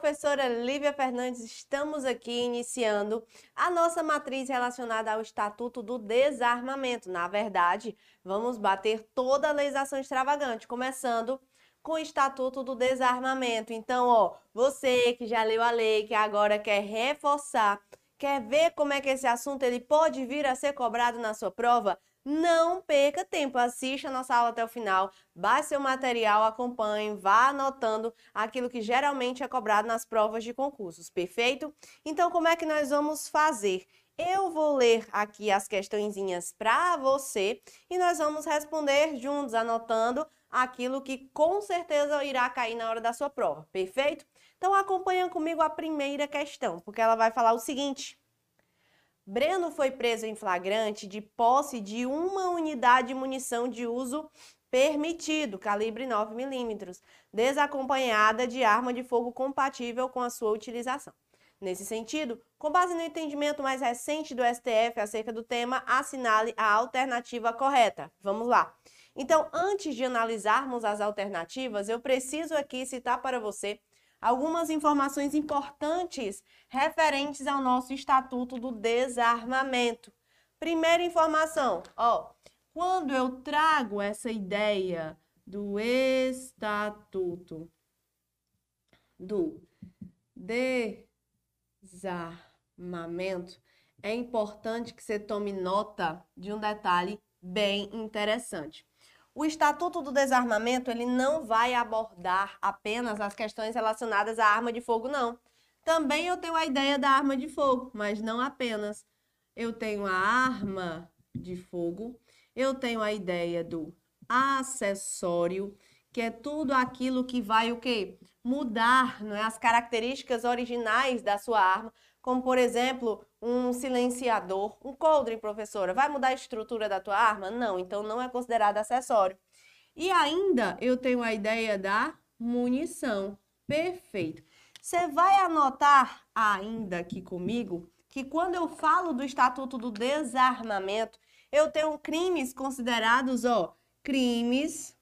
professora Lívia Fernandes, estamos aqui iniciando a nossa matriz relacionada ao Estatuto do Desarmamento. Na verdade, vamos bater toda a legislação extravagante, começando com o Estatuto do Desarmamento. Então, você que já leu a lei, que agora quer reforçar, quer ver como é que esse assunto ele pode vir a ser cobrado na sua prova? Não perca tempo, assista a nossa aula até o final, baixe seu material, acompanhe, vá anotando aquilo que geralmente é cobrado nas provas de concursos, perfeito? Então, como é que nós vamos fazer? Eu vou ler aqui as questõezinhas para você e nós vamos responder juntos, anotando aquilo que com certeza irá cair na hora da sua prova, perfeito? Então, acompanha comigo a primeira questão, porque ela vai falar o seguinte: Breno foi preso em flagrante de posse de uma unidade de munição de uso permitido, calibre 9 milímetros, desacompanhada de arma de fogo compatível com a sua utilização. Nesse sentido, com base no entendimento mais recente do STF acerca do tema, assinale a alternativa correta. Vamos lá. Então, antes de analisarmos as alternativas, eu preciso aqui citar para você algumas informações importantes referentes ao nosso Estatuto do Desarmamento. Primeira informação, quando eu trago essa ideia do Estatuto do Desarmamento, é importante que você tome nota de um detalhe bem interessante. O Estatuto do Desarmamento, ele não vai abordar apenas as questões relacionadas à arma de fogo, não. Também eu tenho a ideia da arma de fogo, mas não apenas. Eu tenho a arma de fogo, eu tenho a ideia do acessório, que é tudo aquilo que vai o quê? Mudar, não é? As características originais da sua arma, como, por exemplo, um silenciador, um coldre, professora. Vai mudar a estrutura da tua arma? Não, então não é considerado acessório. E ainda eu tenho a ideia da munição. Perfeito. Você vai anotar ainda aqui comigo que quando eu falo do Estatuto do Desarmamento, eu tenho crimes considerados, crimes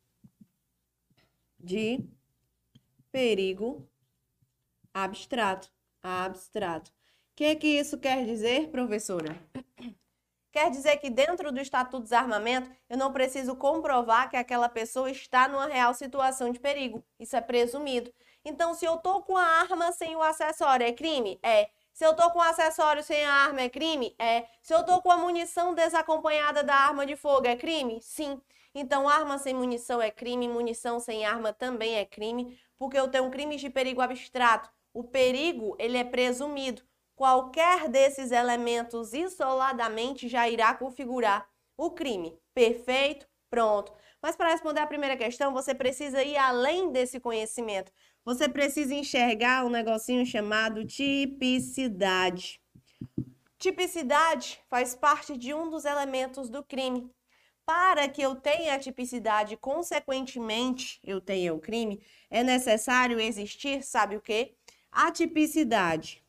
de perigo abstrato. O que isso quer dizer, professora? Quer dizer que dentro do Estatuto do Desarmamento, eu não preciso comprovar que aquela pessoa está numa real situação de perigo. Isso é presumido. Então, se eu estou com a arma sem o acessório, é crime? É. Se eu estou com o acessório sem a arma, é crime? É. Se eu estou com a munição desacompanhada da arma de fogo, é crime? Sim. Então, arma sem munição é crime, munição sem arma também é crime, porque eu tenho crimes de perigo abstrato. O perigo, ele é presumido. Qualquer desses elementos isoladamente já irá configurar o crime. Perfeito? Pronto. Mas para responder a primeira questão, você precisa ir além desse conhecimento. Você precisa enxergar um negocinho chamado tipicidade. Tipicidade faz parte de um dos elementos do crime. Para que eu tenha a tipicidade, consequentemente, eu tenha o crime, é necessário existir, sabe o quê? A tipicidade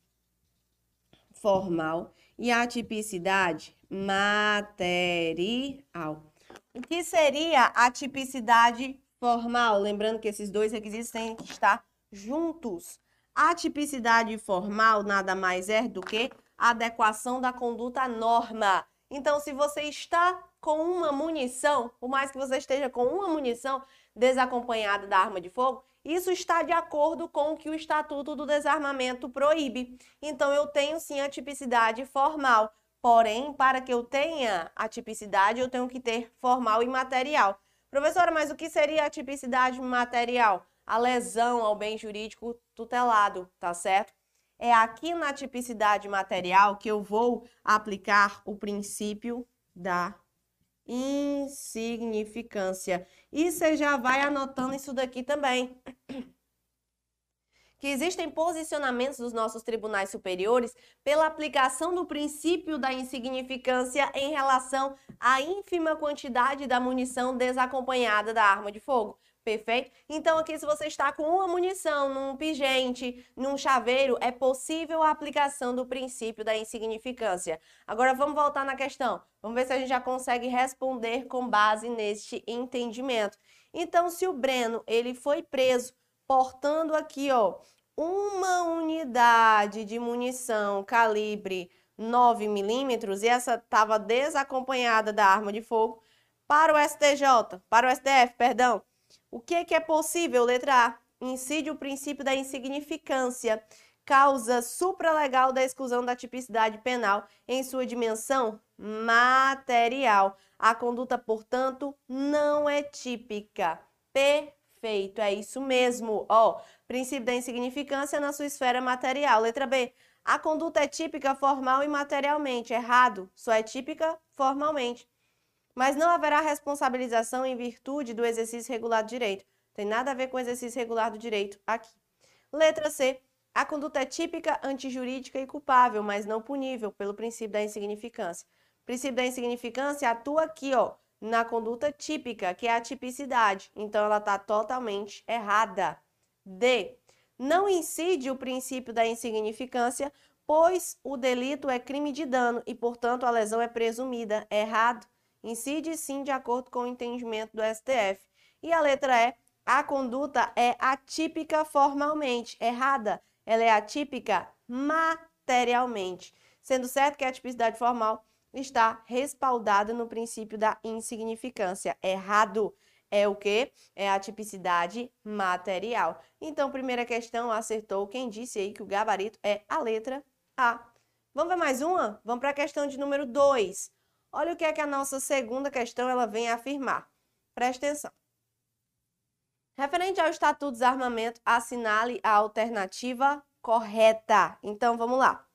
formal e a tipicidade material. O que seria a tipicidade formal? Lembrando que esses dois requisitos têm que estar juntos. A tipicidade formal nada mais é do que a adequação da conduta à norma. Então, se você está com uma munição, por mais que você esteja com uma munição desacompanhada da arma de fogo, isso está de acordo com o que o Estatuto do Desarmamento proíbe. Então, eu tenho sim a tipicidade formal. Porém, para que eu tenha a tipicidade, eu tenho que ter formal e material. Professora, mas o que seria a tipicidade material? A lesão ao bem jurídico tutelado, tá certo? É aqui na tipicidade material que eu vou aplicar o princípio da insignificância. E você já vai anotando isso daqui também. Que existem posicionamentos dos nossos tribunais superiores pela aplicação do princípio da insignificância em relação à ínfima quantidade da munição desacompanhada da arma de fogo. Perfeito? Então, aqui, se você está com uma munição num pingente, num chaveiro, é possível a aplicação do princípio da insignificância. Agora, vamos voltar na questão. Vamos ver se a gente já consegue responder com base neste entendimento. Então, se o Breno, ele foi preso portando aqui, uma unidade de munição calibre 9 milímetros, e essa estava desacompanhada da arma de fogo, para o STF, perdão. O que é possível? Letra A. Incide o princípio da insignificância, causa supralegal da exclusão da tipicidade penal em sua dimensão material. A conduta, portanto, não é típica. Perfeito, é isso mesmo. Ó, princípio da insignificância na sua esfera material. Letra B. A conduta é típica formal e materialmente. Errado, só é típica formalmente. Mas não haverá responsabilização em virtude do exercício regular do direito. Tem nada a ver com o exercício regular do direito aqui. Letra C. A conduta é típica, antijurídica e culpável, mas não punível pelo princípio da insignificância. O princípio da insignificância atua aqui, ó, na conduta típica, que é a tipicidade. Então, ela está totalmente errada. D. Não incide o princípio da insignificância, pois o delito é crime de dano e, portanto, a lesão é presumida. Errado. Incide sim, de acordo com o entendimento do STF. E a letra E. A conduta é atípica formalmente. Errada. Ela é atípica materialmente. Sendo certo que a tipicidade formal está respaldada no princípio da insignificância. Errado. É o quê? É a tipicidade material. Então, primeira questão, acertou. Quem disse aí que o gabarito é a letra A. Vamos ver mais uma? Vamos para a questão de número 2. Olha o que é que a nossa segunda questão ela vem afirmar. Presta atenção. Referente ao Estatuto do Desarmamento, assinale a alternativa correta. Então, vamos lá.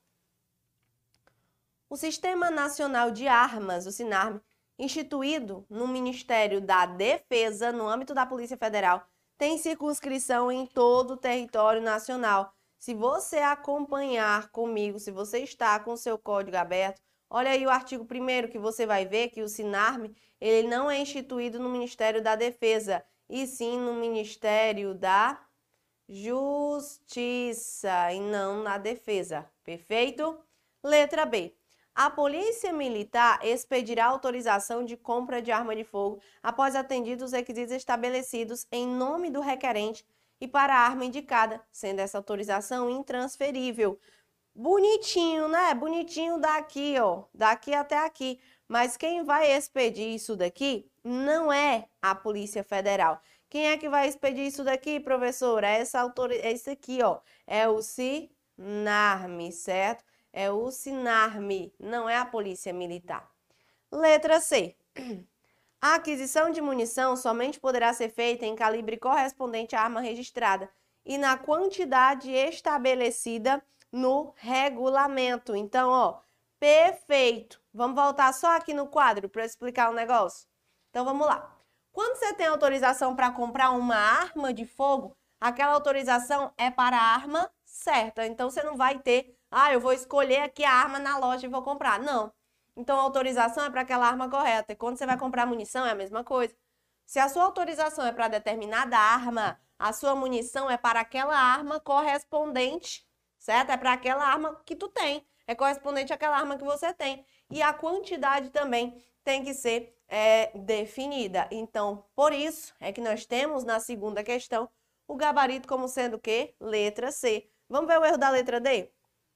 O Sistema Nacional de Armas, o SINARM, instituído no Ministério da Defesa, no âmbito da Polícia Federal, tem circunscrição em todo o território nacional. Se você acompanhar comigo, se você está com o seu código aberto, olha aí o artigo 1º que você vai ver que o SINARM, ele não é instituído no Ministério da Defesa, e sim no Ministério da Justiça, e não na Defesa. Perfeito? Letra B. A Polícia Militar expedirá autorização de compra de arma de fogo após atendidos os requisitos estabelecidos em nome do requerente e para a arma indicada, sendo essa autorização intransferível. Bonitinho, né? Bonitinho daqui, ó, daqui até aqui. Mas quem vai expedir isso daqui não é a Polícia Federal. Quem é que vai expedir isso daqui, professora? É esse aqui, ó, é o SINARM, certo? É o SINARM, não é a Polícia Militar. Letra C. A aquisição de munição somente poderá ser feita em calibre correspondente à arma registrada e na quantidade estabelecida no regulamento. Então, ó, perfeito. Vamos voltar só aqui no quadro para explicar o negócio? Então, vamos lá. Quando você tem autorização para comprar uma arma de fogo, aquela autorização é para a arma certa. Então, você não vai ter, eu vou escolher aqui a arma na loja e vou comprar. Não. Então, a autorização é para aquela arma correta. E quando você vai comprar munição, é a mesma coisa. Se a sua autorização é para determinada arma, a sua munição é para aquela arma correspondente, certo? É para aquela arma que tu tem. É correspondente àquela arma que você tem. E a quantidade também tem que ser definida. Então, por isso é que nós temos na segunda questão o gabarito como sendo o quê? Letra C. Vamos ver o erro da letra D?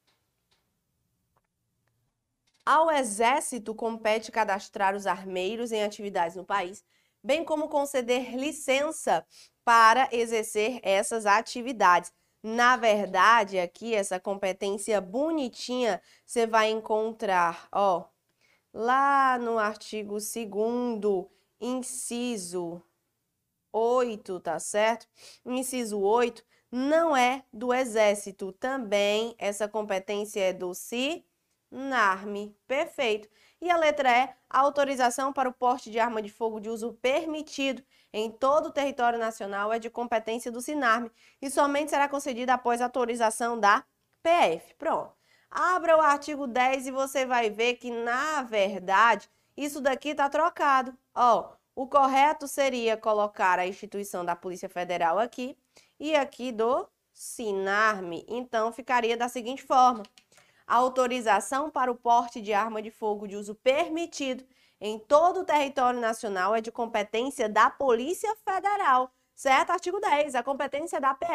Ao Exército compete cadastrar os armeiros em atividades no país, bem como conceder licença para exercer essas atividades. Na verdade, aqui, essa competência bonitinha, você vai encontrar, ó, lá no artigo 2º, inciso 8, tá certo? O inciso 8 não é do Exército, também essa competência é do SINARM. Perfeito. E a letra E, a autorização para o porte de arma de fogo de uso permitido em todo o território nacional é de competência do SINARM e somente será concedida após autorização da PF. Pronto. Abra o artigo 10 e você vai ver que, na verdade, isso daqui está trocado. Ó, o correto seria colocar a instituição da Polícia Federal aqui e aqui do SINARM. Então, ficaria da seguinte forma. A autorização para o porte de arma de fogo de uso permitido em todo o território nacional é de competência da Polícia Federal, certo? Artigo 10, a competência da PF.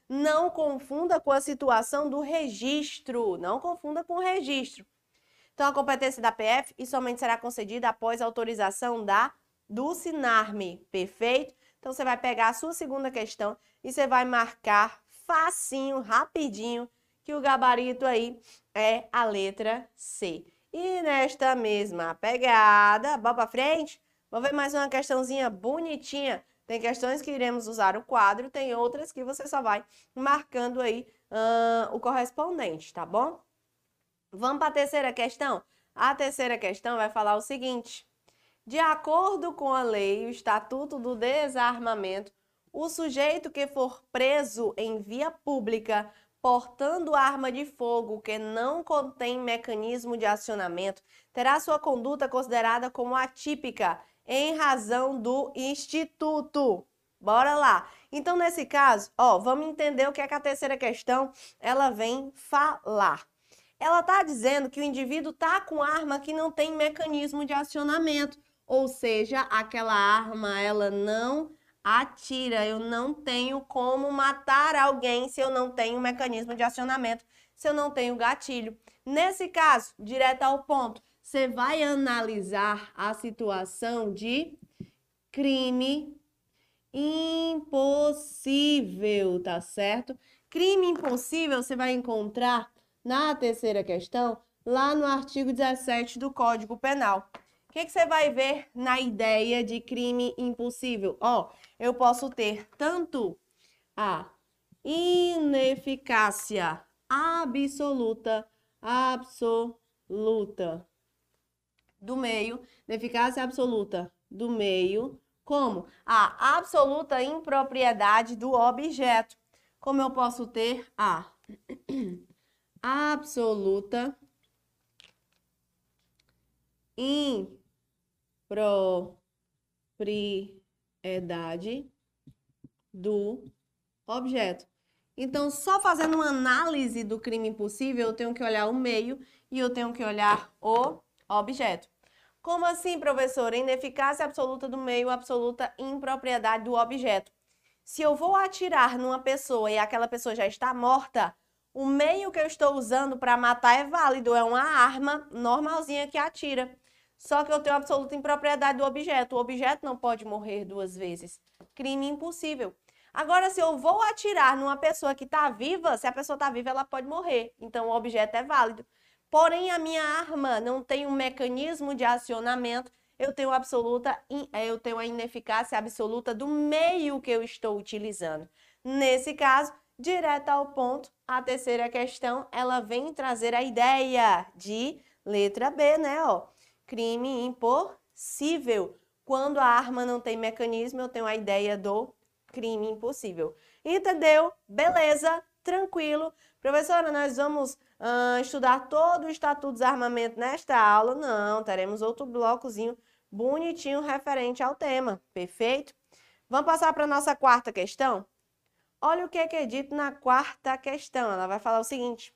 Não confunda com a situação do registro. Não confunda com o registro. Então, a competência da PF e somente será concedida após a autorização do SINARME. Perfeito? Então, você vai pegar a sua segunda questão e você vai marcar facinho, rapidinho, que o gabarito aí é a letra C. E nesta mesma pegada, bora pra frente? Vamos ver mais uma questãozinha bonitinha. Tem questões que iremos usar o quadro, tem outras que você só vai marcando aí o correspondente, tá bom? Vamos para a terceira questão? A terceira questão vai falar o seguinte: de acordo com a lei, o Estatuto do Desarmamento, o sujeito que for preso em via pública portando arma de fogo que não contém mecanismo de acionamento terá sua conduta considerada como atípica em razão do Instituto. Bora lá. Então, nesse caso, vamos entender o que é que a terceira questão ela vem falar. Ela está dizendo que o indivíduo está com arma que não tem mecanismo de acionamento, ou seja, aquela arma ela não atira. Eu não tenho como matar alguém se eu não tenho mecanismo de acionamento, se eu não tenho gatilho. Nesse caso, direto ao ponto, você vai analisar a situação de crime impossível, tá certo? Crime impossível você vai encontrar na terceira questão, lá no artigo 17 do Código Penal. O que você vai ver na ideia de crime impossível? Eu posso ter tanto a ineficácia absoluta do meio, ineficácia absoluta do meio, como a absoluta impropriedade do objeto. Como eu posso ter a absoluta impropriedade do objeto. Então, só fazendo uma análise do crime impossível, eu tenho que olhar o meio e eu tenho que olhar o objeto. Como assim, professora? Ineficácia absoluta do meio, absoluta impropriedade do objeto. Se eu vou atirar numa pessoa e aquela pessoa já está morta, o meio que eu estou usando para matar é válido, é uma arma normalzinha que atira. Só que eu tenho absoluta impropriedade do objeto. O objeto não pode morrer duas vezes. Crime impossível. Agora, se eu vou atirar numa pessoa que está viva, se a pessoa está viva, ela pode morrer. Então, o objeto é válido. Porém, a minha arma não tem um mecanismo de acionamento. Eu tenho a ineficácia absoluta do meio que eu estou utilizando. Nesse caso, direto ao ponto, a terceira questão, ela vem trazer a ideia de letra B, né? Crime impossível. Quando a arma não tem mecanismo, eu tenho a ideia do crime impossível. Entendeu? Beleza? Tranquilo. Professora, nós vamos estudar todo o Estatuto do Desarmamento nesta aula? Não, teremos outro blocozinho bonitinho referente ao tema. Perfeito? Vamos passar para a nossa quarta questão? Olha o que é dito na quarta questão. Ela vai falar o seguinte: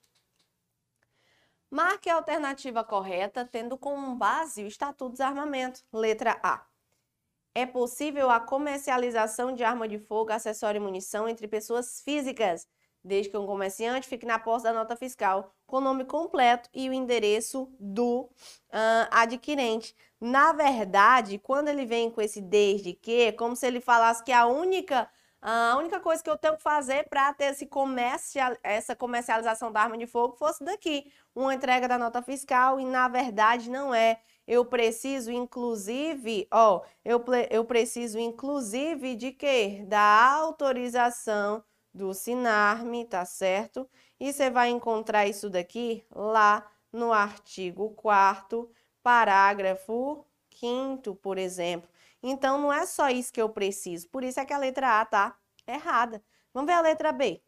marque a alternativa correta, tendo como base o Estatuto do Desarmamento. Letra A. É possível a comercialização de arma de fogo, acessório e munição entre pessoas físicas, desde que um comerciante fique na posse da nota fiscal com o nome completo e o endereço do adquirente. Na verdade, quando ele vem com esse desde que, é como se ele falasse que a única coisa que eu tenho que fazer para ter essa comercialização da arma de fogo fosse daqui, uma entrega da nota fiscal, e na verdade não é. Eu preciso, inclusive, eu preciso, inclusive, de quê? Da autorização do SINARME, tá certo? E você vai encontrar isso daqui lá no artigo 4º, parágrafo 5º, por exemplo. Então, não é só isso que eu preciso. Por isso é que a letra A tá errada. Vamos ver a letra B.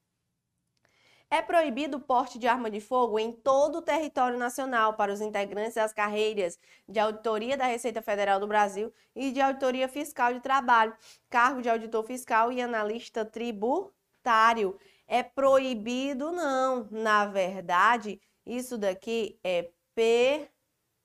É proibido o porte de arma de fogo em todo o território nacional para os integrantes das carreiras de auditoria da Receita Federal do Brasil e de auditoria fiscal de trabalho, cargo de auditor fiscal e analista tributário. É proibido, não. Na verdade, isso daqui é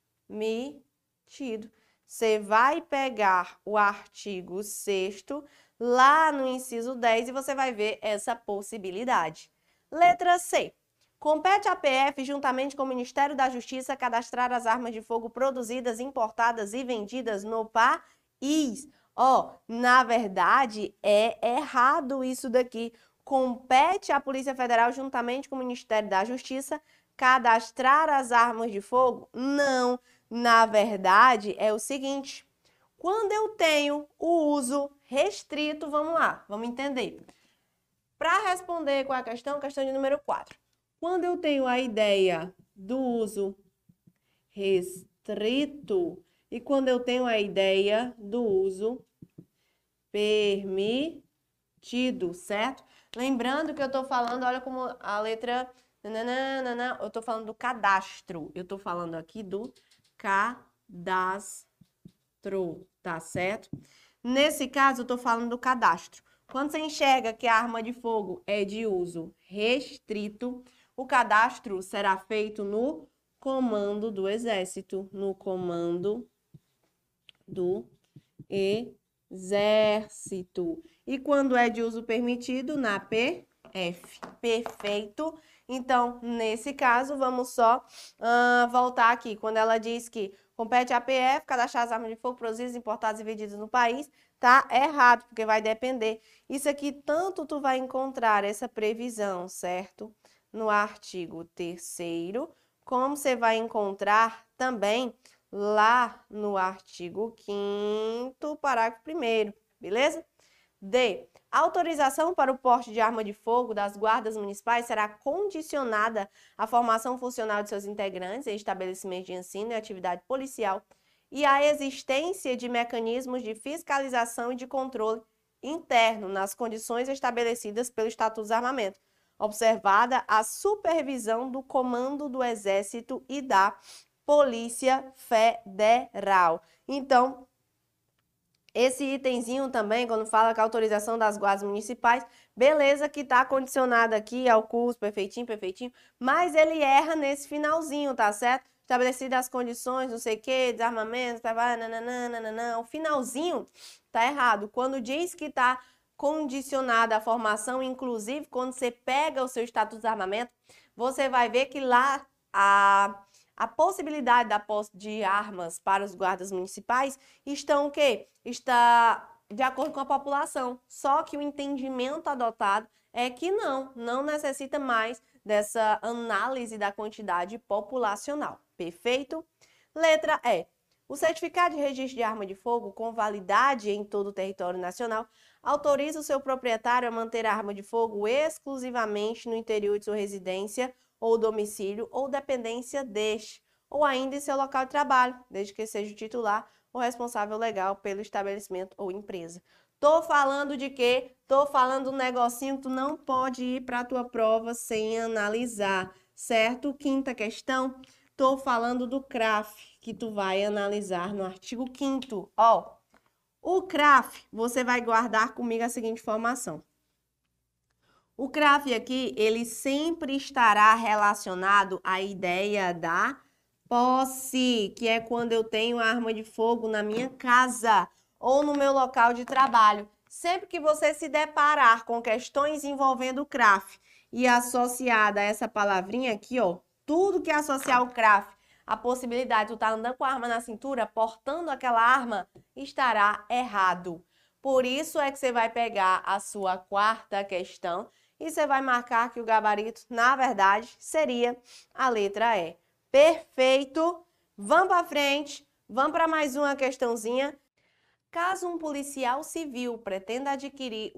permitido. Você vai pegar o artigo 6º lá no inciso 10 e você vai ver essa possibilidade. Letra C. Compete à PF, juntamente com o Ministério da Justiça, cadastrar as armas de fogo produzidas, importadas e vendidas no país. Na verdade, é errado isso daqui. Compete à Polícia Federal, juntamente com o Ministério da Justiça, cadastrar as armas de fogo? Não. Na verdade, é o seguinte. Quando eu tenho o uso restrito, vamos lá, vamos entender. Para responder com a questão de número 4. Quando eu tenho a ideia do uso restrito e quando eu tenho a ideia do uso permitido, certo? Lembrando que eu estou falando, olha como a letra... eu estou falando do cadastro. Eu estou falando aqui do cadastro, tá certo? Nesse caso, eu estou falando do cadastro. Quando você enxerga que a arma de fogo é de uso restrito, o cadastro será feito no comando do Exército. No comando do Exército. E quando é de uso permitido, na PF. Perfeito? Então, nesse caso, vamos só voltar aqui. Quando ela diz que compete à PF cadastrar as armas de fogo produzidas, importadas e vendidas no país, tá errado, porque vai depender. Isso aqui, tanto tu vai encontrar essa previsão, certo? No artigo 3º, como você vai encontrar também lá no artigo 5º, parágrafo 1º, beleza? D. A autorização para o porte de arma de fogo das guardas municipais será condicionada à formação funcional de seus integrantes em estabelecimentos de ensino e atividade policial e à existência de mecanismos de fiscalização e de controle interno nas condições estabelecidas pelo Estatuto dos Armamentos, observada a supervisão do Comando do Exército e da Polícia Federal. Então, esse itemzinho também, quando fala que a autorização das guardas municipais, beleza que tá condicionado aqui ao curso, perfeitinho, mas ele erra nesse finalzinho, tá certo? Estabelecidas as condições, não sei o que, desarmamento, o finalzinho tá errado. Quando diz que tá condicionada a formação, inclusive quando você pega o seu Estatuto de Armamento, você vai ver que lá a possibilidade da posse de armas para os guardas municipais estão o quê? Está de acordo com a população. Só que o entendimento adotado é que não necessita mais dessa análise da quantidade populacional. Perfeito? Letra E. O certificado de registro de arma de fogo com validade em todo o território nacional autoriza o seu proprietário a manter a arma de fogo exclusivamente no interior de sua residência ou domicílio ou dependência deste, ou ainda em seu local de trabalho, desde que seja o titular ou responsável legal pelo estabelecimento ou empresa. Tô falando de quê? Tô falando um negocinho que tu não pode ir para a tua prova sem analisar, certo? Quinta questão, tô falando do CRAF, que tu vai analisar no artigo 5º. O CRAF, você vai guardar comigo a seguinte informação. O CRAF aqui, ele sempre estará relacionado à ideia da posse, que é quando eu tenho arma de fogo na minha casa ou no meu local de trabalho. Sempre que você se deparar com questões envolvendo o CRAF e associada a essa palavrinha aqui, tudo que associar o CRAF, a possibilidade de tu estar andando com a arma na cintura, portando aquela arma, estará errado. Por isso é que você vai pegar a sua quarta questão e você vai marcar que o gabarito, na verdade, seria a letra E. Perfeito? Vamos para frente, vamos para mais uma questãozinha. Caso um policial civil pretenda adquirir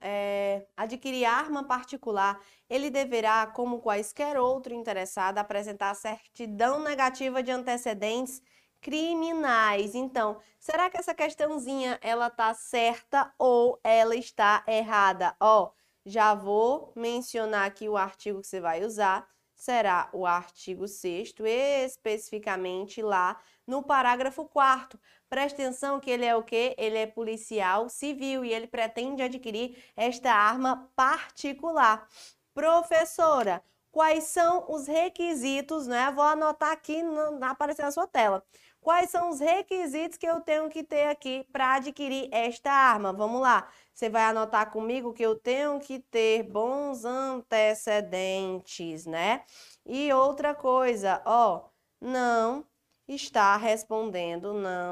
arma particular, ele deverá, como quaisquer outro interessado, apresentar certidão negativa de antecedentes criminais. Então, será que essa questãozinha ela tá certa ou ela está errada? Já vou mencionar aqui o artigo que você vai usar. Será o artigo 6º, especificamente lá no parágrafo 4º. Presta atenção que ele é o quê? Ele é policial civil e ele pretende adquirir esta arma particular. Professora, quais são os requisitos, né? Vou anotar aqui, aparecer na sua tela. Quais são os requisitos que eu tenho que ter aqui para adquirir esta arma? Vamos lá. Você vai anotar comigo que eu tenho que ter bons antecedentes, né? E outra coisa, ó, não está respondendo,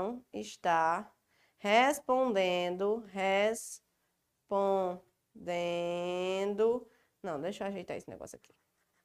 não, deixa eu ajeitar esse negócio aqui.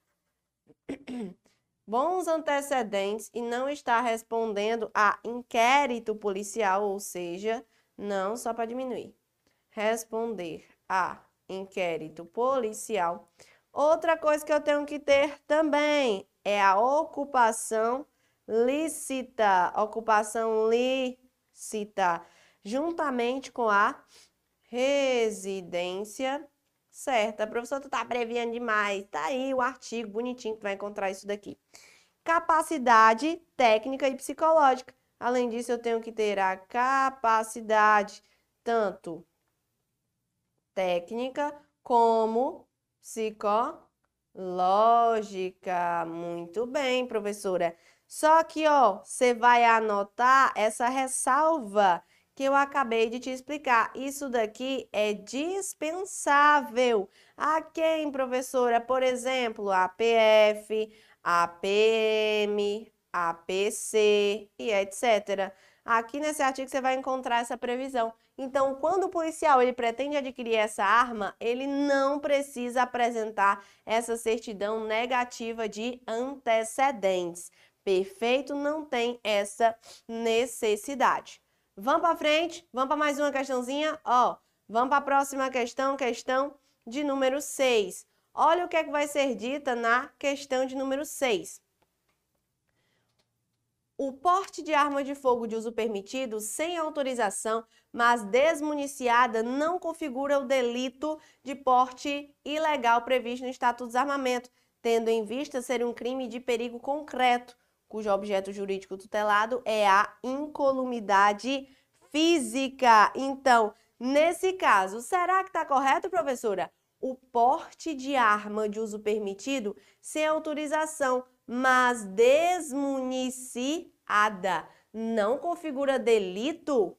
Bons antecedentes e não está respondendo a inquérito policial, ou seja, não, só para diminuir. Responder a inquérito policial. Outra coisa que eu tenho que ter também é a ocupação lícita. Ocupação lícita, juntamente com a residência certa. Professor, tu tá abreviando demais. Tá aí o artigo bonitinho que vai encontrar isso daqui. Capacidade técnica e psicológica. Além disso, eu tenho que ter a capacidade tanto técnica como psicológica. Muito bem, professora. Só que, ó, você vai anotar essa ressalva que eu acabei de te explicar. Isso daqui é dispensável. A quem, professora? Por exemplo, a PF, a PM, a PC e etc. Aqui nesse artigo você vai encontrar essa previsão. Então, quando o policial ele pretende adquirir essa arma, ele não precisa apresentar essa certidão negativa de antecedentes. Perfeito? Não tem essa necessidade. Vamos para frente? Vamos para mais uma questãozinha? Ó, vamos para a próxima questão, questão de número 6. Olha o que é que vai ser dita na questão de número 6. O porte de arma de fogo de uso permitido sem autorização, mas desmuniciada, não configura o delito de porte ilegal previsto no Estatuto do Desarmamento, tendo em vista ser um crime de perigo concreto, cujo objeto jurídico tutelado é a incolumidade física. Então, nesse caso, será que está correto, professora? O porte de arma de uso permitido sem autorização, mas desmuniciada, não configura delito?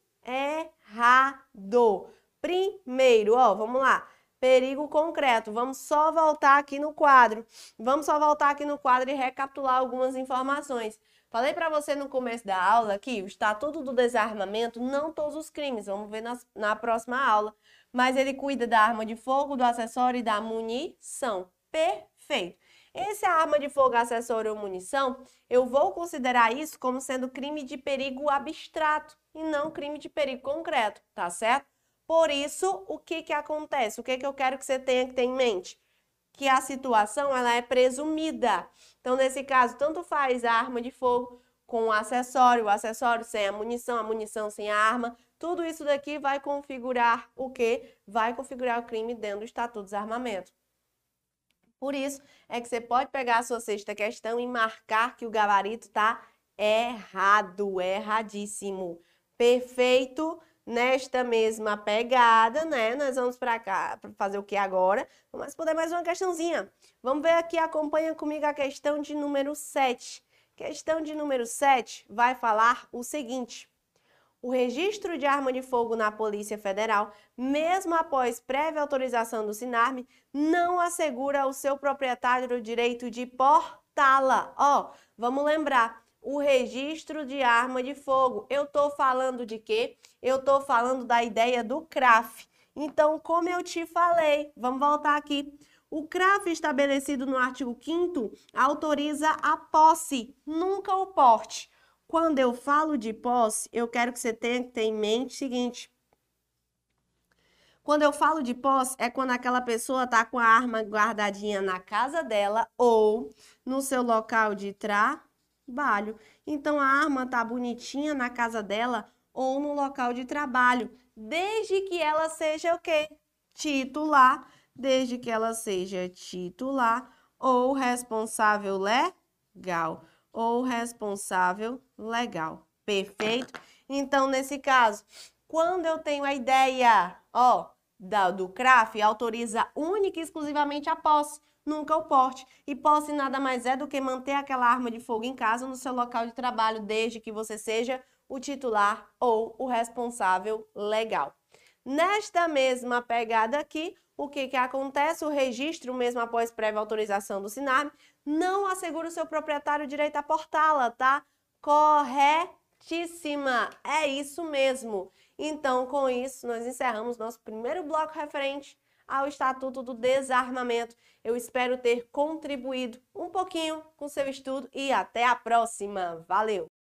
Errado. Primeiro, ó, vamos lá. Perigo concreto. Vamos só voltar aqui no quadro. E recapitular algumas informações. Falei para você no começo da aula que o Estatuto do Desarmamento, não todos os crimes, vamos ver na próxima aula, mas ele cuida da arma de fogo, do acessório e da munição. Perfeito. Esse arma de fogo, acessório ou munição, eu vou considerar isso como sendo crime de perigo abstrato e não crime de perigo concreto, tá certo? Por isso, o que acontece? O que eu quero que você tenha que ter em mente? Que a situação ela é presumida. Então, nesse caso, tanto faz a arma de fogo com o acessório sem a munição sem a arma. Tudo isso daqui vai configurar o quê? Vai configurar o crime dentro do Estatuto do Desarmamento. Por isso, é que você pode pegar a sua sexta questão e marcar que o gabarito está errado, erradíssimo. Perfeito? Nesta mesma pegada, né? Nós vamos para cá, para fazer o que agora? Vamos responder mais uma questãozinha. Vamos ver aqui, acompanha comigo a questão de número 7. Questão de número 7 vai falar o seguinte: o registro de arma de fogo na Polícia Federal, mesmo após prévia autorização do SINARME, não assegura ao seu proprietário o direito de portá-la. Ó, vamos lembrar. O registro de arma de fogo. Eu estou falando de quê? Eu estou falando da ideia do CRAF. Então, como eu te falei, vamos voltar aqui. O CRAF estabelecido no artigo 5º autoriza a posse, nunca o porte. Quando eu falo de posse, eu quero que você tenha que ter em mente o seguinte. Quando eu falo de posse, é quando aquela pessoa está com a arma guardadinha na casa dela ou no seu local de trabalho. Então, a arma tá bonitinha na casa dela ou no local de trabalho, desde que ela seja o quê? Titular, desde que ela seja titular ou responsável legal, perfeito? Então, nesse caso, quando eu tenho a ideia, ó, do CRAF, autoriza única e exclusivamente a posse. nunca o porte. E posse nada mais é do que manter aquela arma de fogo em casa no seu local de trabalho, desde que você seja o titular ou o responsável legal. Nesta mesma pegada aqui, o que acontece? O registro, mesmo após prévia autorização do SINARM, não assegura o seu proprietário o direito a portá-la, tá? Corretíssima! É isso mesmo. Então, com isso, nós encerramos nosso primeiro bloco referente ao Estatuto do Desarmamento. Eu espero ter contribuído um pouquinho com o seu estudo e até a próxima. Valeu!